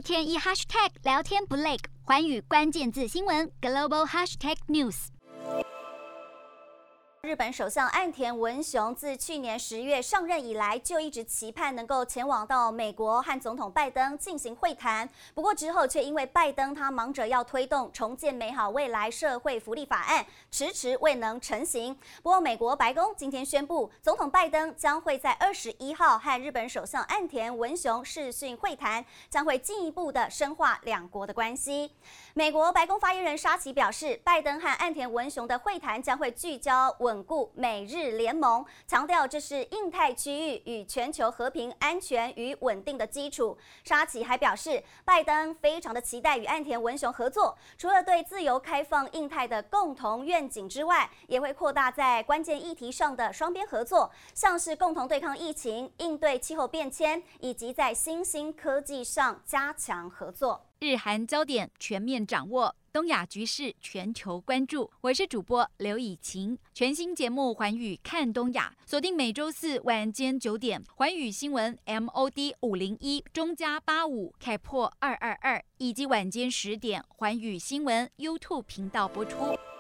天一 hashtag 聊天不累，寰宇关键字新闻 global hashtag news。 日本首相岸田文雄自去年10月上任以来，就一直期盼能够前往到美国和总统拜登进行会谈。不过之后却因为拜登他忙着要推动重建美好未来社会福利法案，迟迟未能成行。不过美国白宫今天宣布，总统拜登将会在21号和日本首相岸田文雄视讯会谈，将会进一步的深化两国的关系。美国白宫发言人沙奇表示，拜登和岸田文雄的会谈将会聚焦稳固美日联盟，强调这是印太区域与全球和平、安全与稳定的基础。沙奇还表示，拜登非常的期待与岸田文雄合作，除了对自由开放印太的共同愿景之外，也会扩大在关键议题上的双边合作，像是共同对抗疫情、应对气候变迁，以及在新兴科技上加强合作。 日韩焦点全面掌握，东亚局势全球关注。我是主播刘以晴，全新节目《寰宇看东亚》，锁定每周四晚间9点，寰宇新闻 MOD 501中加85开破222，以及晚间10点，寰宇新闻 YouTube 频道播出。